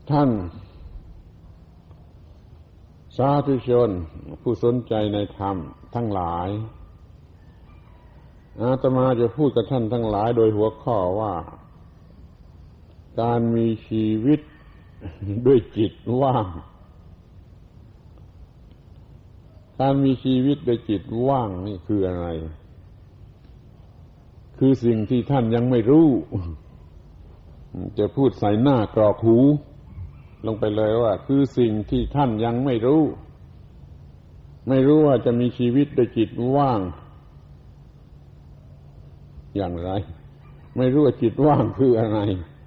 ท่านสาธุชนผู้สนใจในธรรมทั้งหลายอาตมาจะพูดกับท่านทั้งหลายโดยหัวข้อว่าการมีชีวิตด้วยจิตว่างการมีชีวิตด้วยจิตว่างนี่คืออะไรคือสิ่งที่ท่านยังไม่รู้จะพูดใส่หน้ากรอกหูลงไปเลยว่าคือสิ่งที่ท่านยังไม่รู้ว่าจะมีชีวิตด้วยจิตว่างอย่างไรไม่รู้ว่าจิตว่างคืออะไร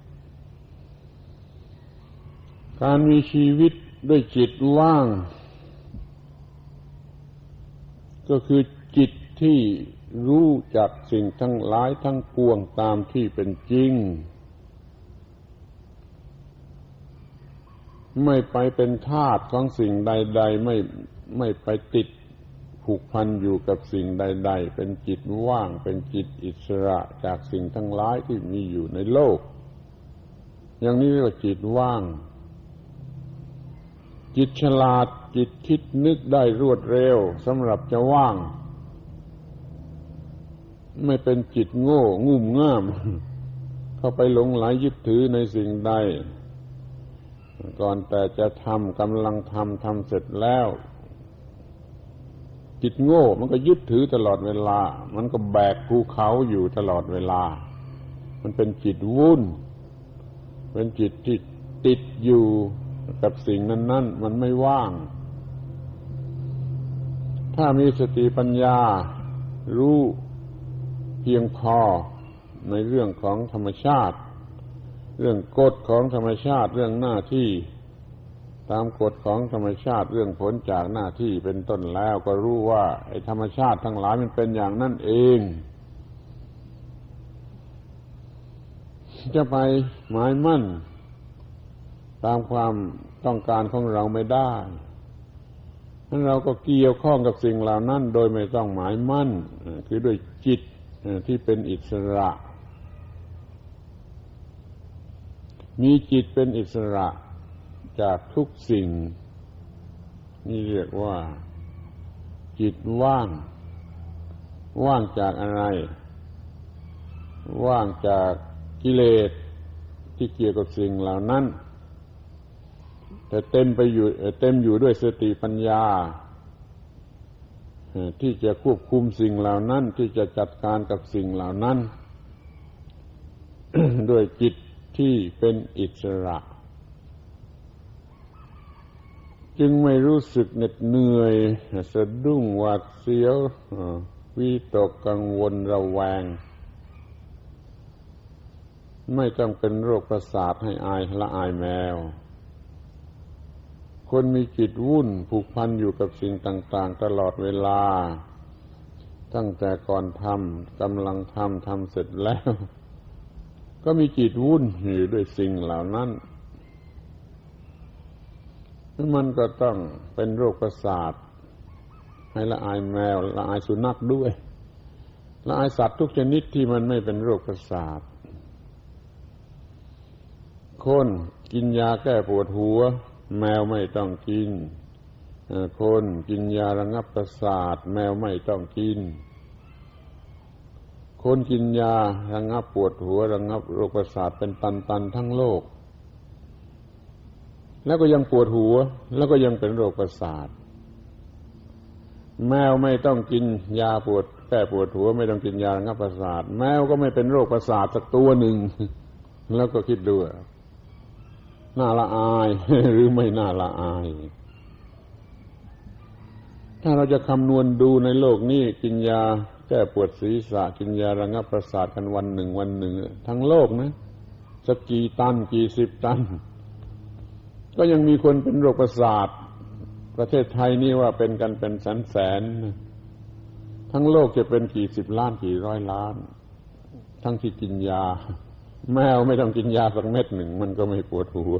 การมีชีวิตด้วยจิตว่างก็คือจิตที่รู้จักสิ่งทั้งหลายทั้งปวงตามที่เป็นจริงไม่ไปเป็นทาสของสิ่งใดๆไม่ไปติดผูกพันอยู่กับสิ่งใดๆเป็นจิตว่างเป็นจิตอิสระจากสิ่งทั้งหลายที่มีอยู่ในโลกอย่างนี้เรียกว่าจิตว่างจิตฉลาดจิตคิดนึกได้รวดเร็วสำหรับจะว่างไม่เป็นจิตโง่งุ่มง่ามเข้าไปหลงไหลยึดถือในสิ่งใดก่อนแต่จะกำลังทำเสร็จแล้วจิตโง่มันก็ยึดถือตลอดเวลามันก็แบกภูเขาอยู่ตลอดเวลามันเป็นจิตวุ่นเป็นจิตที่ติดอยู่กับสิ่งนั้นๆมันไม่ว่างถ้ามีสติปัญญารู้เพียงพอในเรื่องของธรรมชาติเรื่องกฎของธรรมชาติเรื่องหน้าที่ตามกฎของธรรมชาติเรื่องผลจากหน้าที่เป็นต้นแล้วก็รู้ว่าไอ้ธรรมชาติทั้งหลายมันเป็นอย่างนั้นเองจะไปหมายมั่นตามความต้องการของเราไม่ได้นั้นเราก็เกี่ยวข้องกับสิ่งเหล่านั้นโดยไม่ต้องหมายมั่นคือด้วยจิตที่เป็นอิสระมีจิตเป็นอิสระจากทุกสิ่งนี่เรียกว่าจิตว่างจากอะไรว่างจากกิเลสที่เกี่ยวกับสิ่งเหล่านั้นแต่เต็มอยู่ด้วยสติปัญญาที่จะควบคุมสิ่งเหล่านั้นที่จะจัดการกับสิ่งเหล่านั้น ด้วยจิตที่เป็นอิสระจึงไม่รู้สึกเหน็ดเหนื่อยสะดุ้งหวาดเสียววิตกกังวลระแวงไม่ต้องเป็นโรคประสาทให้อายละอายแมวคนมีจิตวุ่นผูกพันอยู่กับสิ่งต่างๆตลอดเวลาตั้งแต่ก่อนกำลังทำเสร็จแล้วก็มีจิตวุ่นอยู่ด้วยสิ่งเหล่านั้นมันก็ต้องเป็นโรคประสาทให้ละอายแมวละอายสุนัขด้วยละอายสัตว์ทุกชนิดที่มันไม่เป็นโรคประสาทคนกินยาแก้ปวดหัวแมวไม่ต้องกินคนกินยาระงับประสาทแมวไม่ต้องกินคนกินยาระงับปวดหัวระงับโรคประสาทเป็นตันๆทั้งโลกแล้วก็ยังปวดหัวแล้วก็ยังเป็นโรคประสาทแมวไม่ต้องกินยาแก้ปวดหัวไม่ต้องกินยาระงับประสาทแมวก็ไม่เป็นโรคประสาทสักตัวหนึ่งแล้วก็คิดดูน่าละอายหรือไม่น่าละอายถ้าเราจะคำนวณดูในโลกนี้กินยาแก้ปวดศีรษะกินยาระงับประสาทกันวันหนึ่งทั้งโลกนะสักกี่ตันกี่สิบตันก็ยังมีคนเป็นโรคประสาทประเทศไทยนี่ว่าเป็นกันเป็นแสนทั้งโลกจะเป็นกี่สิบล้านกี่ร้อยล้านทั้งที่กินยาแมวไม่ต้องกินยาสักเม็ดหนึ่งมันก็ไม่ปวดหัว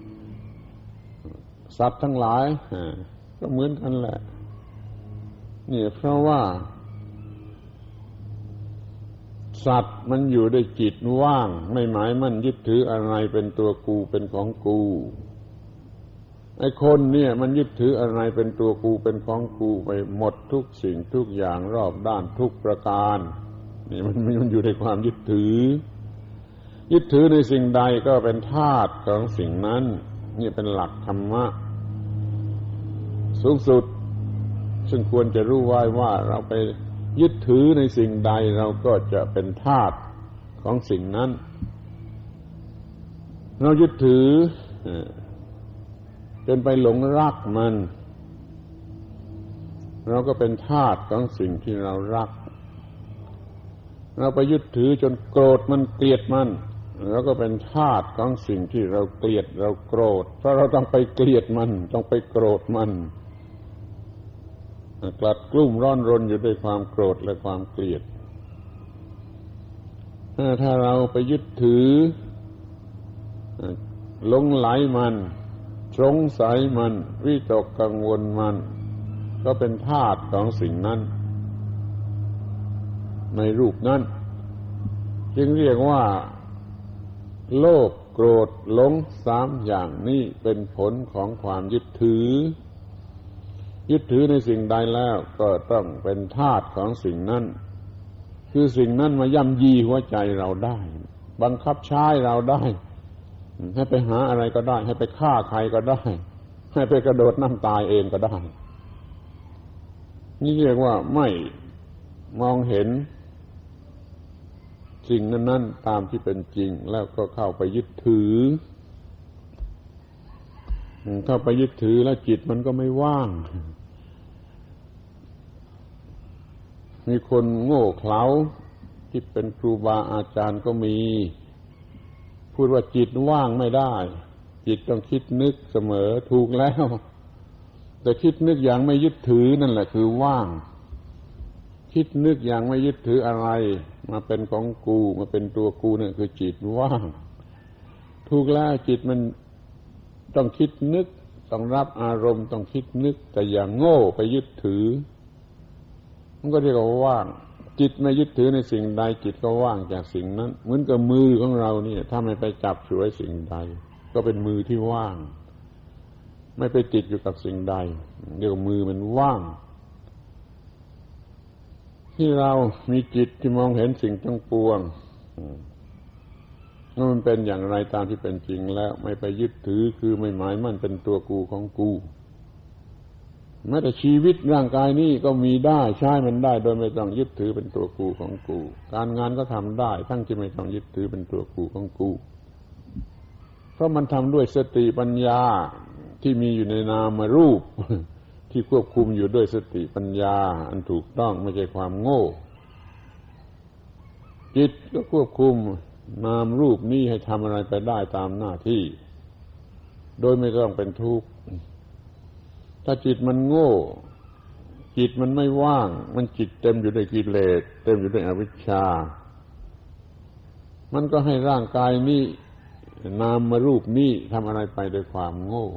สัตว์ทั้งหลายก็เหมือนกันแหละนี่เพราะว่าสัตว์มันอยู่ด้วยจิตว่างไม่หมายมั่นยึดถืออะไรเป็นตัวกูเป็นของกูไอ้คนเนี่ยมันยึดถืออะไรเป็นตัวกูเป็นของกูไปหมดทุกสิ่งทุกอย่างรอบด้านทุกประการนี่มันอยู่ในความยึดถือในสิ่งใดก็เป็นทาสของสิ่งนั้นนี่เป็นหลักธรรมะสูงสุดซึ่งควรจะรู้ไว้ว่าเราไปยึดถือในสิ่งใดเราก็จะเป็นทาสของสิ่งนั้นเรายึดถือจนไปหลงรักมันเราก็เป็นทาสของสิ่งที่เรารักเราไปยึดถือจนโกรธมันเกลียดมันเราก็เป็นทาสของสิ่งที่เราเกลียดเราโกรธเพราะเราต้องไปเกลียดมันต้องไปโกรธมันกลัดกลุ้มร้อนรนอยู่ด้วยความโกรธและความเกลียดถ้าเราไปยึดถือหลงไหลมันสงสัยมันวิตกกังวลมันก็เป็นทาสของสิ่งนั้นในรูปนั้นจึงเรียกว่าโลภโกรธหลงสามอย่างนี้เป็นผลของความยึดถือในสิ่งใดแล้วก็ต้องเป็นทาสของสิ่งนั้นคือสิ่งนั้นมาย่ำยีหัวใจเราได้บังคับใช้เราได้ให้ไปหาอะไรก็ได้ให้ไปฆ่าใครก็ได้ให้ไปกระโดดน้ำตายเองก็ได้นี่เรียกว่าไม่มองเห็นสิ่งนั้นๆตามที่เป็นจริงแล้วก็เข้าไปยึดถือแล้วจิตมันก็ไม่ว่างมีคนโง่เขลาที่เป็นครูบาอาจารย์ก็มีพูดว่าจิตว่างไม่ได้จิตต้องคิดนึกเสมอถูกแล้วแต่คิดนึกอย่างไม่ยึดถือนั่นแหละคือว่างคิดนึกอย่างไม่ยึดถืออะไรมาเป็นของกูมาเป็นตัวกูนั่นคือจิตว่างถูกแล้วจิตมันต้องคิดนึกต้องรับอารมณ์ต้องคิดนึกแต่อย่างโง่ไปยึดถือมันก็เรียกว่าว่างจิตไม่ยึดถือในสิ่งใดจิตก็ว่างจากสิ่งนั้นเหมือนกับมือของเราเนี่ยถ้าไม่ไปจับฉวยสิ่งใดก็เป็นมือที่ว่างไม่ไปติดอยู่กับสิ่งใดเรียกว่ามือมันว่างที่เรามีจิตที่มองเห็นสิ่งทั้งปวงว่ามันเป็นอย่างไรตามที่เป็นจริงแล้วไม่ไปยึดถือคือไม่หมายมั่นเป็นตัวกูของกูแม้แต่ชีวิตร่างกายนี้ก็มีได้ใช้มันได้โดยไม่ต้องยึดถือเป็นตัวกูของกูการงานก็ทำได้ทั้งที่ไม่ต้องยึดถือเป็นตัวกูของกูเพราะมันทำด้วยสติปัญญาที่มีอยู่ในนามรูปที่ควบคุมอยู่ด้วยสติปัญญาอันถูกต้องไม่ใช่ความโง่จิตก็ควบคุมนามรูปนี้ให้ทำอะไรไปได้ตามหน้าที่โดยไม่ต้องเป็นทุกข์ถ้าจิตมันโง่จิตมันไม่ว่างมันจิตเต็มอยู่ด้วยกิเลสเต็มอยู่ด้วยอวิชชามันก็ให้ร่างกายนี้นามรูปนี้ทำอะไรไปด้วยความโง่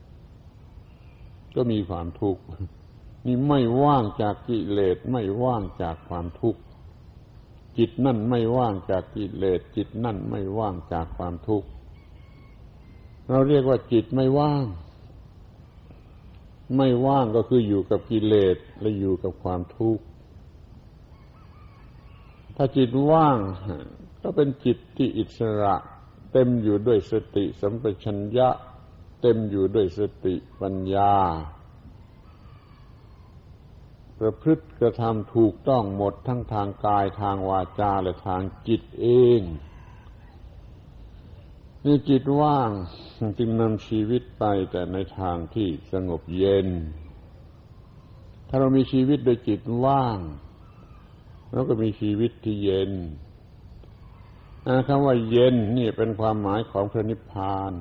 ก็มีความทุกข์นี่ไม่ว่างจากกิเลสไม่ว่างจากความทุกข์จิตนั่นไม่ว่างจากกิเลสจิตนั่นไม่ว่างจากความทุกข์เราเรียกว่าจิตไม่ว่างก็คืออยู่กับกิเลสและอยู่กับความทุกข์ถ้าจิตว่างก็เป็นจิตที่อิสระเต็มอยู่ด้วยสติสัมปชัญญะเต็มอยู่ด้วยสติปัญญาประพฤติกระทำถูกต้องหมดทั้งทางกายทางวาจาและทางจิตเองนี่จิตว่างจึงนำชีวิตไปแต่ในทางที่สงบเย็นถ้าเรามีชีวิตโดยจิตว่างเราก็มีชีวิตที่เย็นคำว่าเย็นนี่เป็นความหมายของพระนิพพาน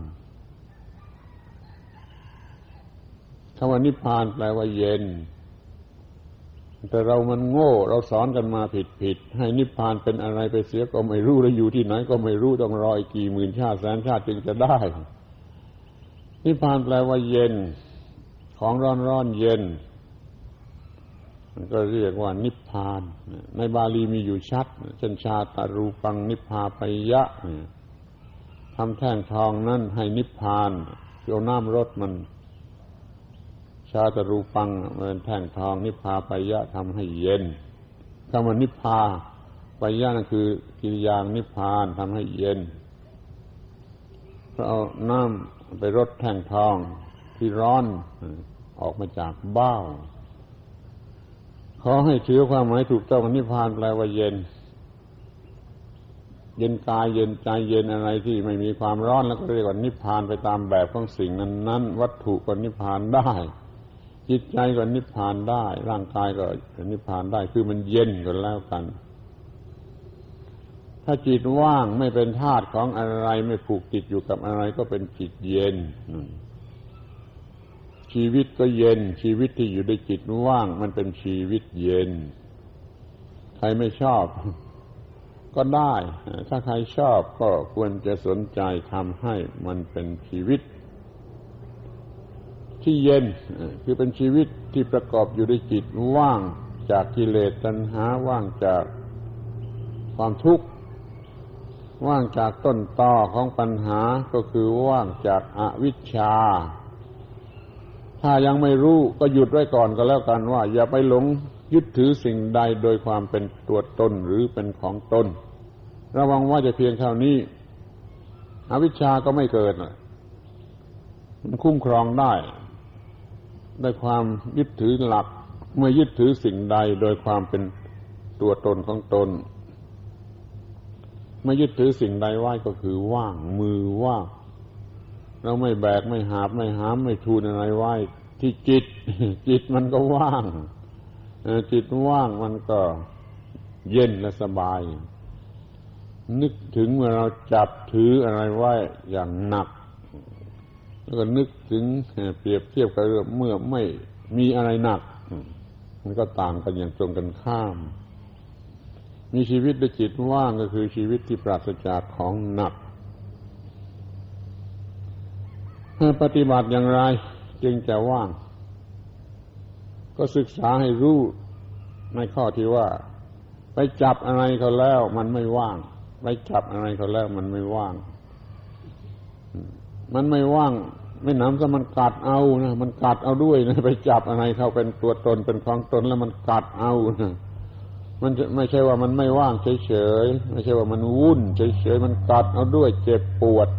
คำว่านิพพานแปลว่าเย็นแต่เรามันโง่เราสอนกันมาผิดให้นิพพานเป็นอะไรไปเสียก็ไม่รู้แล้วอยู่ที่ไหนก็ไม่รู้ต้องรออีกกี่หมื่นชาติแสนชาติจึงจะได้นิพพานแปลว่าเย็นของร้อนเย็นมันก็เรียกว่านิพพพานในบาลีมีอยู่ชัดเช่นชาตรูปังนิพพาปยะทำแท่งทองนั้นให้นิพพานเอาน้ำรดมันชาตรูปังเป็นแท่งทองนิพพาปยะทำให้เย็นคำว่านิพพาปยะนั่นคือกิริยานิพพานทำให้เย็นเพราะเอาน้ำไปรดแท่งทองที่ร้อนออกมาจากเบ้าขอให้ถือความหมายถูกต้องนิพพานแปลว่าเย็นเย็นกายเย็นใจเย็นอะไรที่ไม่มีความร้อนแล้วก็เรียกว่านิพพานไปตามแบบของสิ่งนั้นๆวัตถุก็นิพพานได้จิตใจก็นิพพานได้ร่างกายก็นิพพานได้คือมันเย็นกันแล้วกันถ้าจิตว่างไม่เป็นธาตุของอะไรไม่ผูกติดอยู่กับอะไรก็เป็นจิตเย็นชีวิตก็เย็นชีวิตที่อยู่ในจิตว่างมันเป็นชีวิตเย็นใครไม่ชอบก็ได้ถ้าใครชอบก็ควรจะสนใจทำให้มันเป็นชีวิตที่เย็นคือเป็นชีวิตที่ประกอบอยู่ด้วยจิตว่างจากกิเลสตัณหาว่างจากความทุกข์ว่างจากต้นตอของปัญหาก็คือว่างจากอวิชชาถ้ายังไม่รู้ก็หยุดไว้ก่อนก็แล้วกันว่าอย่าไปหลงยึดถือสิ่งใดโดยความเป็นตัวตนหรือเป็นของตนระวังว่าจะเพียงเท่านี้อวิชชาก็ไม่เกิดมันคุ้มครองได้ความยึดถือหลักเมื่อยึดถือสิ่งใดโดยความเป็นตัวตนของตนเมื่อยึดถือสิ่งใดไว้ก็คือว่างมือว่างเราไม่แบกไม่หาบไม่หามไม่ทูลอะไรไว้ที่จิตมันก็ว่างจิตว่างมันก็เย็นและสบายนึกถึงเมื่อเราจับถืออะไรไว้อย่างหนักแล้วก็นึกถึงเปรียบเทียบกับเมื่อไม่มีอะไรหนักมันก็ต่างกันอย่างตรงกันข้ามมีชีวิตด้วยจิตว่างก็คือชีวิตที่ปราศจากของหนักปฏิบัติอย่างไรจึงจะว่างก็ศึกษาให้รู้ในข้อที่ว่าไปจับอะไรเขาแล้วมันไม่ว่างไปจับอะไรเขาแล้วมันไม่ว่างมันไม่ว่างไม่หนำซะมันกัดเอานะมันกัดเอาด้วยนะไปจับอะไรเขาเป็นตัวตนเป็นของตนแล้วมันกัดเอานะมันไม่ใช่ว่ามันไม่ว่างเฉยๆไม่ใช่ว่ามันวุ่นเฉยๆมันกัดเอาด้วยเจ็บปวด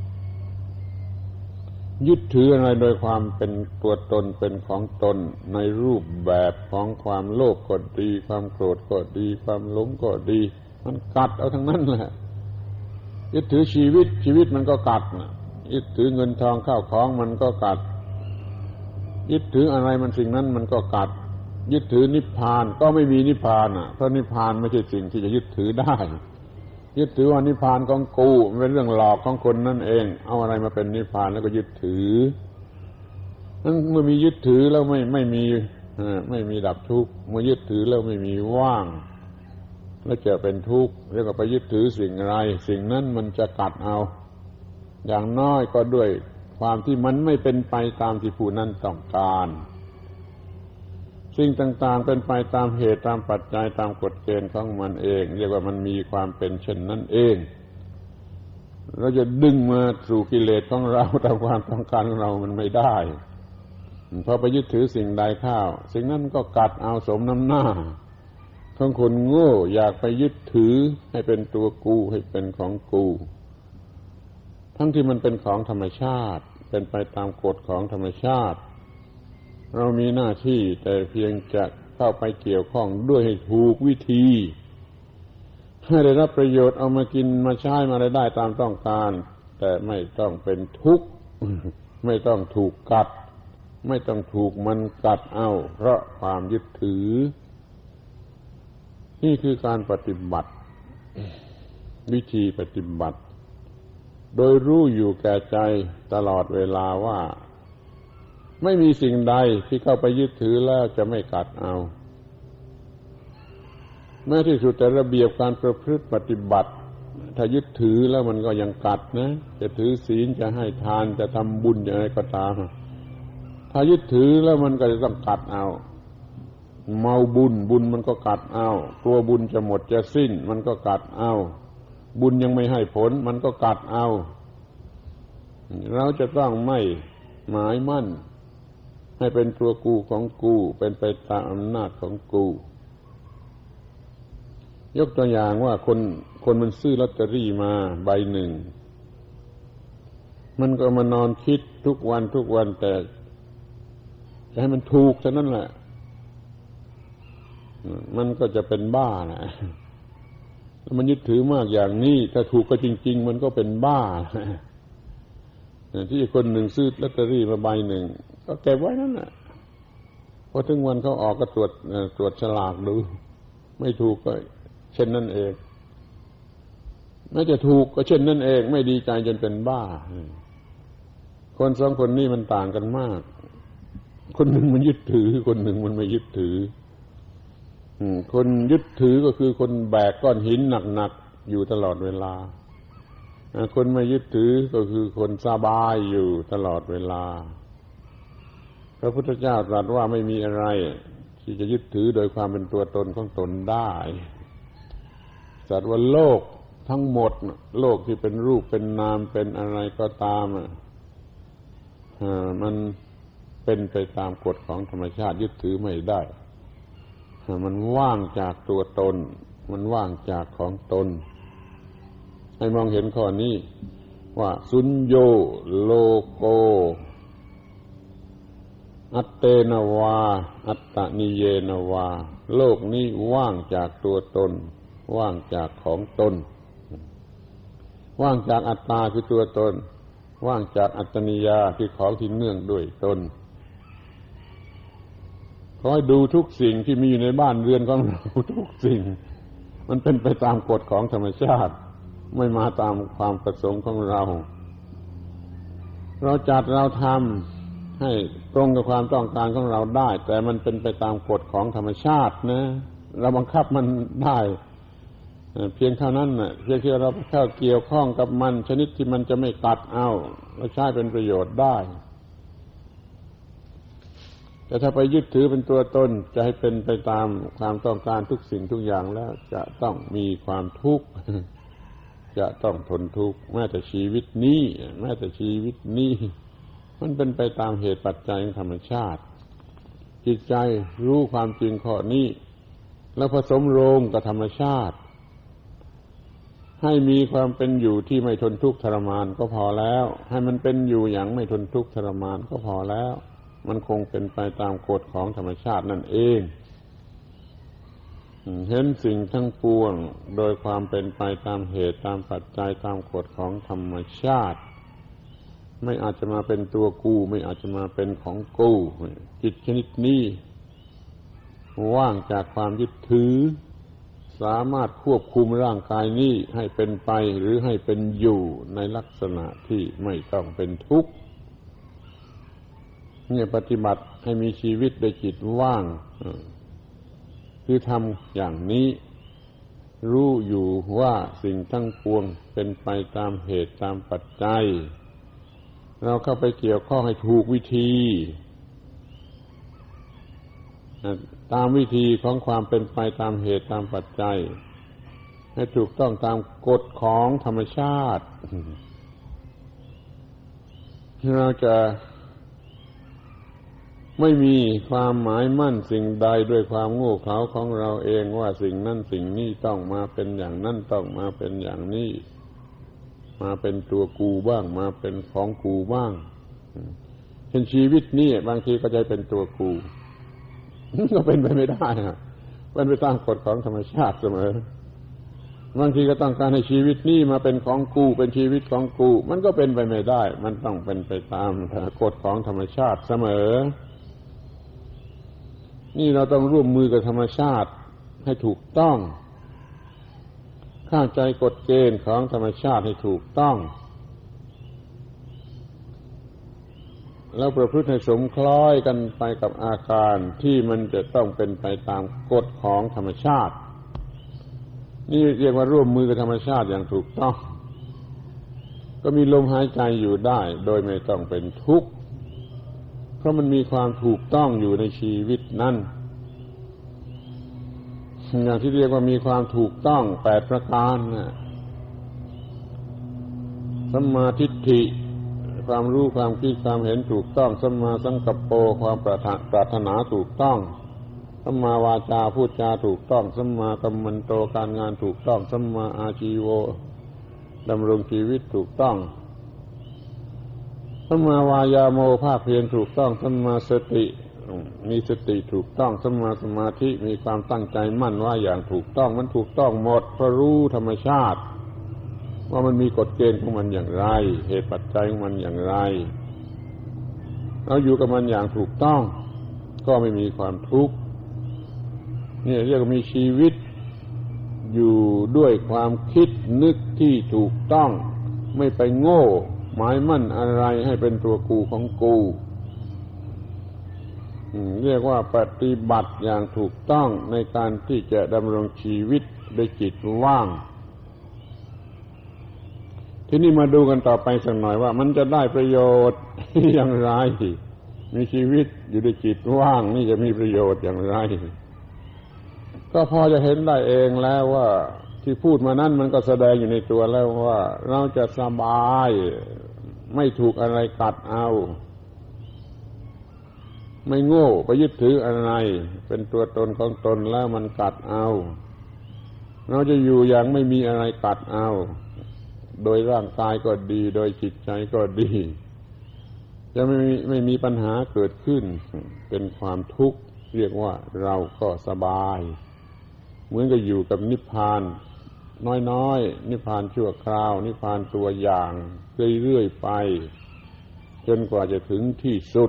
ยึดถืออะไรโดยความเป็นตัวตนเป็นของตนในรูปแบบของความโลภก็ดีความโกรธก็ดีความหลงก็ดีมันกัดเอาทั้งนั้นแหละยึดถือชีวิตมันก็กัดนะยึดถือเงินทองข้าวของมันก็กัดยึดถืออะไรมันสิ่งนั้นมันก็กัดยึดถือนิพพานก็ไม่มีนิพพานเพราะนิพพานไม่ใช่สิ่งที่จะยึดถือได้ยึดถือว่านิพพานของกูเป็นเรื่องหลอกของคนนั่นเองเอาอะไรมาเป็นนิพพานแล้วก็ยึดถือนั้นเมื่อมียึดถือแล้วไม่มีดับทุกข์เมื่อยึดถือแล้วไม่มีว่างแล้วจะเป็นทุกข์เรียกว่าไปยึดถือสิ่งอะไรสิ่งนั้นมันจะกัดเอาอย่างน้อยก็ด้วยความที่มันไม่เป็นไปตามที่ผู้นั้นต้องการสิ่งต่างๆเป็นไปตามเหตุตามปัจจัยตามกฎเกณฑ์ของมันเองเรียกว่ามันมีความเป็นเช่นนั้นเองเราจะดึงมาสู่กิเลสของเราตามความต้องการของเรามันไม่ได้พอไปยึดถือสิ่งใดเข้าสิ่งนั้นก็กัดเอาสมน้ำหน้าของคนโง่อยากไปยึดถือให้เป็นตัวกูให้เป็นของกูทั้งที่มันเป็นของธรรมชาติเป็นไปตามกฎของธรรมชาติเรามีหน้าที่แต่เพียงจะเข้าไปเกี่ยวข้องด้วยให้ถูกวิธีให้ได้รับประโยชน์เอามากินมาใช้มาได้ตามต้องการแต่ไม่ต้องเป็นทุกข์ไม่ต้องถูกกัดไม่ต้องถูกมันกัดเอาเพราะความยึดถือนี่คือการปฏิบัติวิธีปฏิบัติโดยรู้อยู่แก่ใจตลอดเวลาว่าไม่มีสิ่งใดที่เข้าไปยึดถือแล้วจะไม่กัดเอาแม้ที่สุดแต่ระเบียบการประพฤติปฏิบัติถ้ายึดถือแล้วมันก็ยังกัดนะจะถือศีลจะให้ทานจะทำบุญอะไรก็ตามถ้ายึดถือแล้วมันก็จะต้องกัดเอาเมาบุญบุญมันก็กัดเอากลัวบุญจะหมดจะสิ้นมันก็กัดเอาบุญยังไม่ให้ผลมันก็กัดเอาเราจะต้องไม่หมายมั่นให้เป็นตัวกูของกูเป็นไปตามอำนาจของกูยกตัวอย่างว่าคนมันซื้อลอตเตอรี่มาใบหนึ่งมันก็มานอนคิดทุกวันแต่จะให้มันถูกเท่านั้นแหละมันก็จะเป็นบ้านะมันยึดถือมากอย่างนี้ถ้าถูกก็จริงๆมันก็เป็นบ้าที่คนหนึ่งซื้อลอตเตอรี่มาใบหนึ่งก็เก็บไว้นั่นแหละพอถึงวันเขาออกก็ตรวจฉลากดูไม่ถูกก็เช่นนั้นเองแม้จะถูกก็เช่นนั้นเองไม่ดีใจจนเป็นบ้าคนสองคนนี้มันต่างกันมากคนหนึ่งมันยึดถือคนหนึ่งมันไม่ยึดถือคนยึดถือก็คือคนแบกก้อนหินหนักๆอยู่ตลอดเวลาคนไม่ยึดถือก็คือคนสบายอยู่ตลอดเวลาพระพุทธเจ้าตรัสว่าไม่มีอะไรที่จะยึดถือโดยความเป็นตัวตนของตนได้ตรัสว่าโลกทั้งหมดโลกที่เป็นรูปเป็นนามเป็นอะไรก็ตามมันเป็นไปตามกฎของธรรมชาติยึดถือไม่ได้มันว่างจากตัวตนมันว่างจากของตนให้มองเห็นข้อนี้ว่าสุญโญโลโกอัตเตนวาอัตตนิเยนวาโลกนี้ว่างจากตัวตนว่างจากของตนว่างจากอัตตาคือตัวตนว่างจากอัตตนิยาคือของที่เนื่องด้วยตนขอให้ดูทุกสิ่งที่มีอยู่ในบ้านเรือนของเราทุกสิ่งมันเป็นไปตามกฎของธรรมชาติไม่มาตามความประสงค์ของเราจัดเราทำให้ตรงกับความต้องการของเราได้แต่มันเป็นไปตามกฎของธรรมชาตินะเราบังคับมันได้เพียงเท่านั้นน่ะเพียงที่เราเข้าเกี่ยวข้องกับมันชนิดที่มันจะไม่กัดเอาเราใช้เป็นประโยชน์ได้แต่ถ้าไปยึดถือเป็นตัวตนจะให้เป็นไปตามความต้องการทุกสิ่งทุกอย่างแล้วจะต้องมีความทุกข์จะต้องทนทุกข์แม้แต่ชีวิตนี้มันเป็นไปตามเหตุปัจจัยของธรรมชาติจิตใจรู้ความจริงข้อนี้แล้วผสมโรงกับธรรมชาติให้มีความเป็นอยู่ที่ไม่ทนทุกข์ทรมานก็พอแล้วให้มันเป็นอยู่อย่างไม่ทนทุกข์ทรมานก็พอแล้วมันคงเป็นไปตามกฎของธรรมชาตินั่นเองเห็นสิ่งทั้งปวงโดยความเป็นไปตามเหตุตามปัจจัยตามกฎของธรรมชาติไม่อาจจะมาเป็นตัวกูไม่อาจจะมาเป็นของกูจิตชนิดนี้ว่างจากความยึดถือสามารถควบคุมร่างกายนี้ให้เป็นไปหรือให้เป็นอยู่ในลักษณะที่ไม่ต้องเป็นทุกข์เนี่ยปฏิบัติให้มีชีวิตโดยจิตว่างคือทำอย่างนี้รู้อยู่ว่าสิ่งทั้งปวงเป็นไปตามเหตุตามปัจจัยเราเข้าไปเกี่ยวข้องให้ถูกวิธีตามวิธีของความเป็นไปตามเหตุตามปัจจัยให้ถูกต้องตามกฎของธรรมชาติเราจะไม่มีความหมายมั่นสิ่งใดด้วยความโง่เขลาของเราเองว่าสิ่งนั้นสิ่งนี้ต้องมาเป็นอย่างนั้นต้องมาเป็นอย่างนี้มาเป็นตัวกูบ้างมาเป็นของกูบ้างเช่นชีวิตนี้บางทีก็จะเป็นตัวกูก็เป็นไปไม่ได้เป็นไปตามกฎของธรรมชาติเสมอบางทีก็ต้องการให้ชีวิตนี้มาเป็นของกูเป็นชีวิตของกูมันก็เป็นไปไม่ได้มันต้องเป็นไปตามกฎของธรรมชาติเสมอนี่เราต้องร่วมมือกับธรรมชาติให้ถูกต้องเข้าใจกฎเกณฑ์ของธรรมชาติให้ถูกต้องแล้วประพฤติให้สมคล้อยกันไปกับอาการที่มันจะต้องเป็นไปตามกฎของธรรมชาตินี่เรียกว่าร่วมมือกับธรรมชาติอย่างถูกต้องก็มีลมหายใจอยู่ได้โดยไม่ต้องเป็นทุกข์เพราะมันมีความถูกต้องอยู่ในชีวิตนั้นอย่างที่เรียกว่ามีความถูกต้อง8ประการสัมมาทิฏฐิความรู้ความคิดความเห็นถูกต้องสัมมาสังกัปโปความปรารถนาถูกต้องสัมมาวาจาพูดจาถูกต้องสัมมากัมมันโตการงานถูกต้องสัมมาอาชีโวดำรงชีวิตถูกต้องสัมมาวายาโมภาคเพียรถูกต้องสัมมาสติมีสติถูกต้องสัมมาสมาธิมีความตั้งใจมั่นว่าอย่างถูกต้องมันถูกต้องหมดเพราะรู้ธรรมชาติว่ามันมีกฎเกณฑ์ของมันอย่างไรเหตุปัจจัยของมันอย่างไรเราอยู่กับมันอย่างถูกต้องก็ไม่มีความทุกข์นี่เรียกว่ามีชีวิตอยู่ด้วยความคิดนึกที่ถูกต้องไม่ไปโง่หมายมั่นอะไรให้เป็นตัวกูของกูเรียกว่าปฏิบัติอย่างถูกต้องในการที่จะดำรงชีวิตด้วยจิตว่างทีนี้มาดูกันต่อไปสักหน่อยว่ามันจะได้ประโยชน์อย่างไรมีชีวิตอยู่ด้วยจิตว่างนี่จะมีประโยชน์อย่างไรก็พอจะเห็นได้เองแล้วว่าที่พูดมานั้นมันก็แสดงอยู่ในตัวแล้วว่าเราจะสบายไม่ถูกอะไรกัดเอาไม่โง่ไปยึดถืออะไรเป็นตัวตนของตนแล้วมันกัดเอาเราจะอยู่อย่างไม่มีอะไรกัดเอาโดยร่างกายก็ดีโดยจิตใจก็ดีจะไม่มีปัญหาเกิดขึ้นเป็นความทุกข์เรียกว่าเราก็สบายเหมือนกับอยู่กับนิพพานน้อยๆนิพพานชั่วคราวนิพพานตัวอย่างเรื่อยๆไปจนกว่าจะถึงที่สุด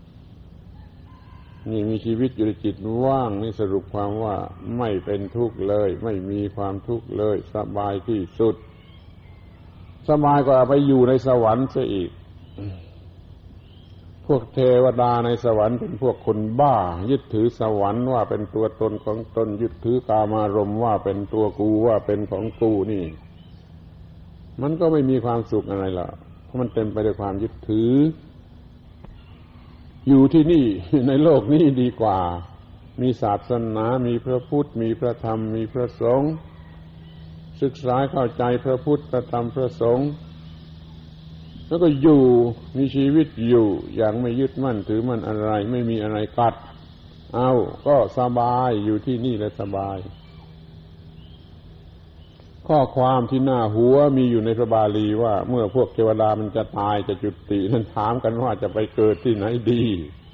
นี่มีชีวิตอยู่ในจิตว่างนี่สรุปความว่าไม่เป็นทุกข์เลยไม่มีความทุกข์เลยสบายที่สุดสบายกว่าไปอยู่ในสวรรค์ซะอีกพวกเทวดาในสวรรค์เป็นพวกคนบ้ายึดถือสวรรค์ว่าเป็นตัวตนของตนยึดถือกามารมณ์ว่าเป็นตัวกูว่าเป็นของกูนี่มันก็ไม่มีความสุขอะไรล่ะเพราะมันเต็มไปด้วยความยึดถืออยู่ที่นี่ในโลกนี้ดีกว่ามีศาสนามีพระพุทธมีพระธรรมมีพระสงฆ์ศึกษาเข้าใจพระพุทธพระธรรมพระสงฆ์แล้วก็อยู่มีชีวิตอยู่อย่างไม่ยึดมั่นถือมั่นอะไรไม่มีอะไรกัดเอาก็สบายอยู่ที่นี่และสบายข้อความที่หน้าหัวมีอยู่ในพระบาลีว่าเมื่อพวกเทวดามันจะตายจะจุตินั้นถามกันว่าจะไปเกิดที่ไหนดี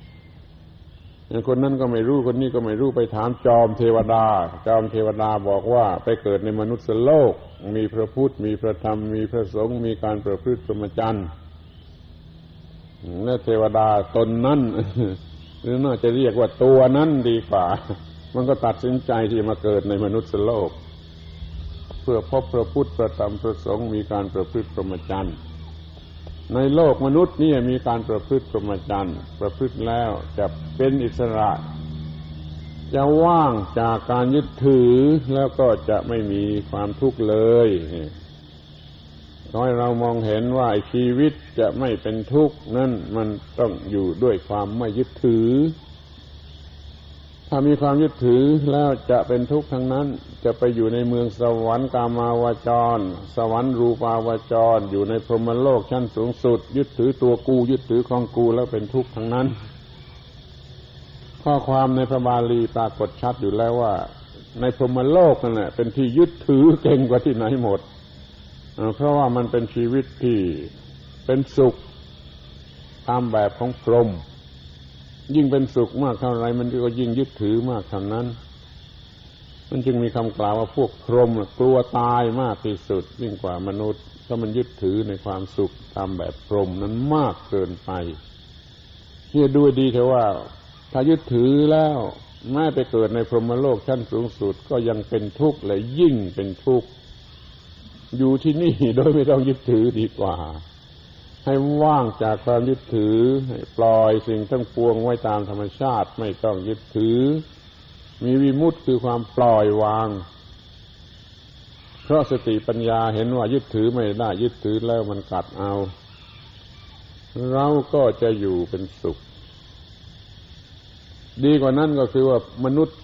คนนั้นก็ไม่รู้คนนี้ก็ไม่รู้ไปถามจอมเทวดาจอมเทวดาบอกว่าไปเกิดในมนุษย์โลกมีพระพุทธมีพระธรรมมีพระสงฆ์มีการประพฤติพรหมจรรย์และเทวดาตนนั้นหรือน่าจะเรียกว่าตัวนั้นดีกว่ามันก็ตัดสินใจที่มาเกิดในมนุษย์โลกเพื่อพบพระพุทธพระธรรมพระสงฆ์มีการประพฤติพรหมจรรย์ในโลกมนุษย์นี่มีการประพฤติพรหมจรรย์ประพฤติแล้วจะเป็นอิสระจะว่างจากการยึดถือแล้วก็จะไม่มีความทุกข์เลยขอให้เรามองเห็นว่าชีวิตจะไม่เป็นทุกข์นั่นมันต้องอยู่ด้วยความไม่ยึดถือถ้ามีความยึดถือแล้วจะเป็นทุกข์ทั้งนั้นจะไปอยู่ในเมืองสวรรค์กามาวจรสวรรค์รูปาวจรอยู่ในพรหมโลกชั้นสูงสุดยึดถือตัวกูยึดถือของกูแล้วเป็นทุกข์ทั้งนั้นข้อความในพระบาลีปรากฏชัดอยู่แล้วว่าในพรหมโลกนั่นแหละเป็นที่ยึดถือเก่งกว่าที่ไหนหมดเพราะว่ามันเป็นชีวิตที่เป็นสุขตามแบบของพรหมยิ่งเป็นสุขมากเท่าไรมันก็ยิ่งยึดถือมากเท่านั้นมันจึงมีคำกล่าวว่าพวกพรหมกลัวตายมากที่สุดยิ่งกว่ามนุษย์เพราะมันยึดถือในความสุขตามแบบพรหมนั้นมากเกินไปนี่ดูดีเถอะว่าถ้ายึดถือแล้วแม้ไปเกิดในพรหมโลกชั้นสูงสุดก็ยังเป็นทุกข์และยิ่งเป็นทุกข์อยู่ที่นี่โดยไม่ต้องยึดถือดีกว่าให้ว่างจากความยึดถือให้ปล่อยสิ่งทั้งปวงไว้ตามธรรมชาติไม่ต้องยึดถือมีวิมุตติคือความปล่อยวางเพราะสติปัญญาเห็นว่ายึดถือไม่ได้ยึดถือแล้วมันกัดเอาเราก็จะอยู่เป็นสุขดีกว่านั้นก็คือว่ามนุษย์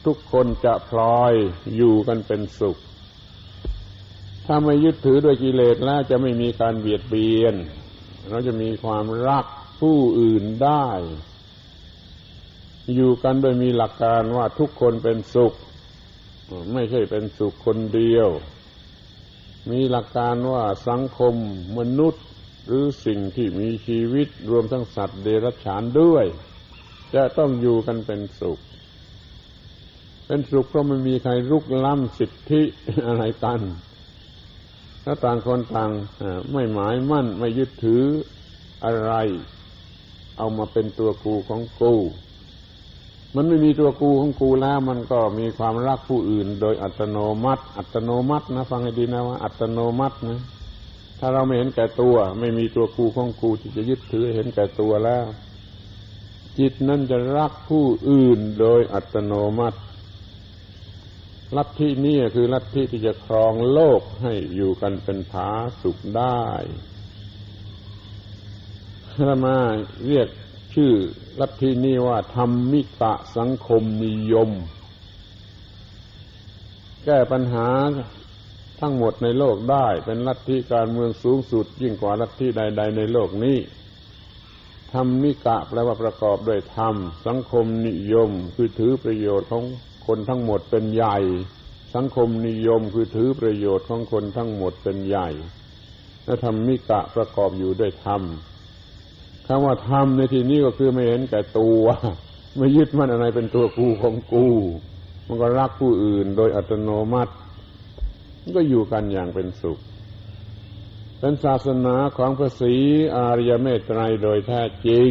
ทุกคนจะพลอยอยู่กันเป็นสุขถ้าไม่ยึดถือด้วยกิเลสแล้วจะไม่มีการเบียดเบียนเราจะมีความรักผู้อื่นได้อยู่กันโดยมีหลักการว่าทุกคนเป็นสุขไม่ใช่เป็นสุขคนเดียวมีหลักการว่าสังคมมนุษย์หรือสิ่งที่มีชีวิตรวมทั้งสัตว์เดรัจฉานด้วยจะต้องอยู่กันเป็นสุขเป็นสุขเพราะไม่มีใครรุกล้ำสิทธิอะไรกันถ้าต่างคนต่างไม่หมายมั่นไม่ยึดถืออะไรเอามาเป็นตัวกูของกูมันไม่มีตัวกูของกูแล้วมันก็มีความรักผู้อื่นโดยอัตโนมัตินะฟังให้ดีนะว่าอัตโนมัตินะถ้าเราไม่เห็นแก่ตัวไม่มีตัวกูของกูที่จะยึดถือเห็นแก่ตัวแล้วจิตนั้นจะรักผู้อื่นโดยอัตโนมัติลัทธินี้คือลัทธิที่จะครองโลกให้อยู่กันเป็นผาสุกได้อามาเรียกชื่อลัทธินี้ว่าธรรมิกะสังคมนิยมแก้ปัญหาทั้งหมดในโลกได้เป็นลัทธิการเมืองสูงสุดยิ่งกว่าลัทธิใดๆในโลกนี้ธรรมิกะแปลว่าประกอบด้วยธรรมสังคมนิยมคือถือประโยชน์ของคนทั้งหมดเป็นใหญ่สังคมนิยมคือถือประโยชน์ของคนทั้งหมดเป็นใหญ่และธรรมิกะประกอบอยู่ด้วยธรรมคำว่าธรรมในที่นี้ก็คือไม่เห็นแก่ตัวไม่ยึดมั่นอะไรเป็นตัวกูของกูมันก็รักผู้อื่นโดยอัตโนมัติก็อยู่กันอย่างเป็นสุขเป็นศาสนาของพระศรีอริยเมตไตรโดยแท้จริง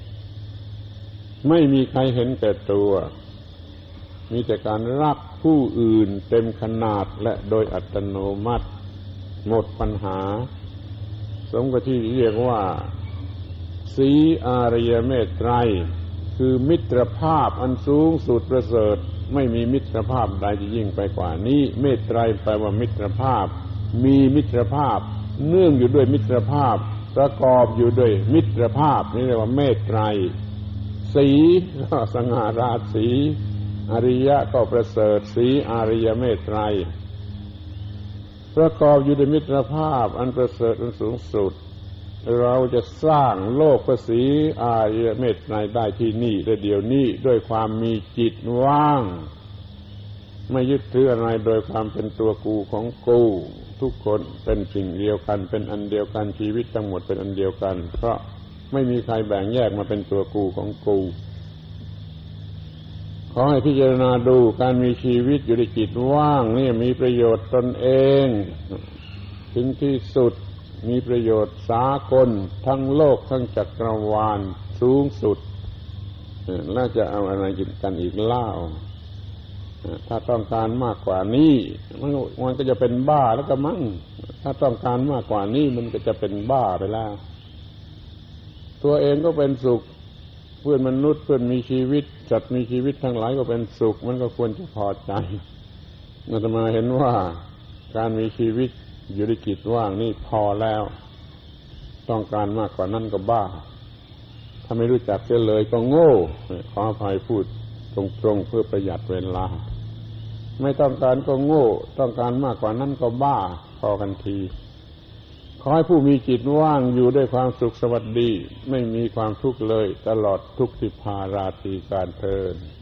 ไม่มีใครเห็นแก่ตัวมีแต่การรักผู้อื่นเต็มขนาดและโดยอัตโนมัติหมดปัญหาสมกับที่เรียกว่าศรีอริยเมตไตรคือมิตรภาพอันสูงสุดประเสริฐไม่มีมิตรภาพใดที่ยิ่งไปกว่านี้เมตไตรแปลว่ามิตรภาพมีมิตรภาพเนื่องอยู่ด้วยมิตรภาพประกอบอยู่ด้วยมิตรภาพนี่เรียกว่าเมตไตรศรีก็สง่าราศีอริยะก็ประเสริฐศรีอริยเมตไตรประกอบอยู่ด้วยมิตรภาพอันประเสริฐอันสูงสุดเราจะสร้างโลกพระศรีอริยเมตไตรได้ที่นี่และเดี๋ยวนี้ด้วยความมีจิตว่างไม่ยึดถืออะไรโดยความเป็นตัวกูของกูทุกคนเป็นสิ่งเดียวกันเป็นอันเดียวกันชีวิตทั้งหมดเป็นอันเดียวกันเพราะไม่มีใครแบ่งแยกมาเป็นตัวกูของกูขอให้พิจารณาดูการมีชีวิตอยู่ในจิตว่างนี่มีประโยชน์ตนเองถึงที่สุดมีประโยชน์สากลทั้งโลกทั้งจักรวาลสูงสุดแล้วจะเอาอะไรกินกันอีกเล่าถ้าต้องการมากกว่านี้มันก็จะเป็นบ้าแล้วก็มั่งถ้าต้องการมากกว่านี้มันก็จะเป็นบ้าไปแล้วตัวเองก็เป็นสุขเพื่อนมนุษย์เพื่อนมีชีวิตสัตว์มีชีวิตทั้งหลายก็เป็นสุขมันก็ควรจะพอใจอาตมาเห็นว่าการมีชีวิตอยู่ในจิตว่างนี่พอแล้วต้องการมากกว่านั้นก็บ้าถ้าไม่รู้จักเสียเลยก็โง่ขออภัยพูดตรงๆเพื่อประหยัดเวลาไม่ต้องการก็โง่ต้องการมากกว่านั้นก็บ้าพอกันทีขอให้ผู้มีจิตว่างอยู่ด้วยความสุขสวัสดีไม่มีความทุกข์เลยตลอดทุกสิภาราตรีการเทอญ